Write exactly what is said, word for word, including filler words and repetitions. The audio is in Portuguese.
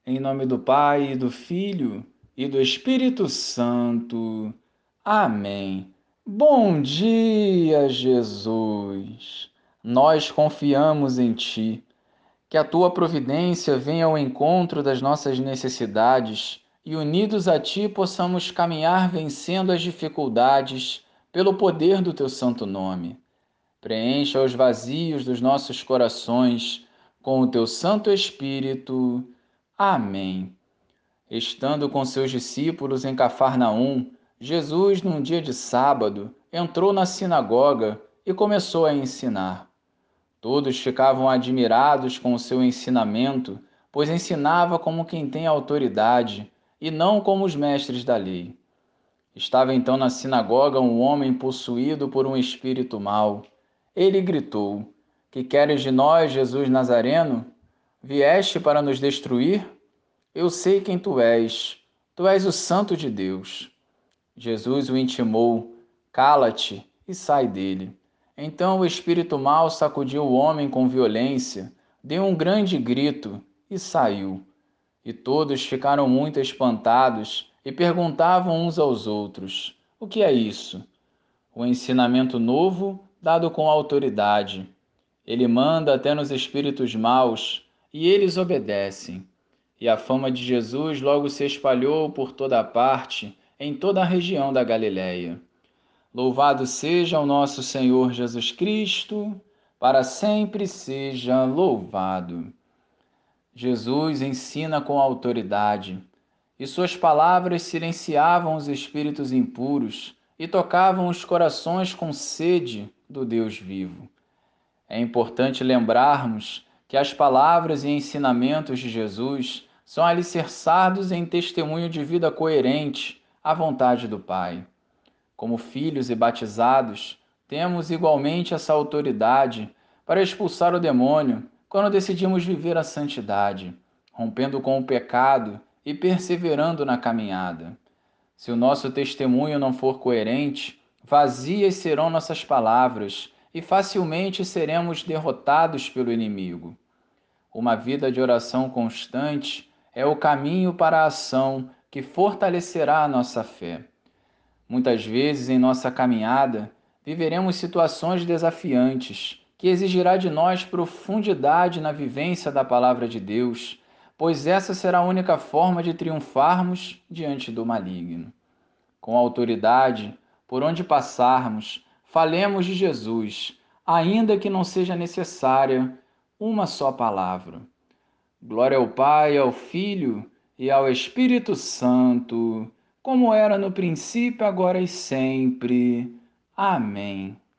Em nome do Pai, e do Filho e do Espírito Santo. Amém. Bom dia, Jesus. Nós confiamos em Ti. Que a Tua providência venha ao encontro das nossas necessidades e, unidos a Ti, possamos caminhar vencendo as dificuldades pelo poder do Teu santo nome. Preencha os vazios dos nossos corações com o Teu Santo Espírito. Amém. Estando com seus discípulos em Cafarnaum, Jesus, num dia de sábado, entrou na sinagoga e começou a ensinar. Todos ficavam admirados com o seu ensinamento, pois ensinava como quem tem autoridade e não como os mestres da lei. Estava então na sinagoga um homem possuído por um espírito mau. Ele gritou: Que queres de nós, Jesus Nazareno? Vieste para nos destruir? Eu sei quem tu és. Tu és o Santo de Deus. Jesus o intimou: Cala-te e sai dele. Então o espírito mau sacudiu o homem com violência, deu um grande grito e saiu. E todos ficaram muito espantados e perguntavam uns aos outros: O que é isso? O ensinamento novo dado com autoridade. Ele manda até nos espíritos maus e eles obedecem. E a fama de Jesus logo se espalhou por toda a parte, em toda a região da Galiléia. Louvado seja o nosso Senhor Jesus Cristo, para sempre seja louvado. Jesus ensina com autoridade, e suas palavras silenciavam os espíritos impuros e tocavam os corações com sede do Deus vivo. É importante lembrarmos que as palavras e ensinamentos de Jesus são alicerçados em testemunho de vida coerente à vontade do Pai. Como filhos e batizados, temos igualmente essa autoridade para expulsar o demônio quando decidimos viver a santidade, rompendo com o pecado e perseverando na caminhada. Se o nosso testemunho não for coerente, vazias serão nossas palavras e facilmente seremos derrotados pelo inimigo. Uma vida de oração constante é o caminho para a ação que fortalecerá a nossa fé. Muitas vezes em nossa caminhada, viveremos situações desafiantes, que exigirá de nós profundidade na vivência da palavra de Deus, pois essa será a única forma de triunfarmos diante do maligno. Com autoridade, por onde passarmos, falemos de Jesus, ainda que não seja necessária uma só palavra. Glória ao Pai, ao Filho e ao Espírito Santo, como era no princípio, agora e sempre. Amém.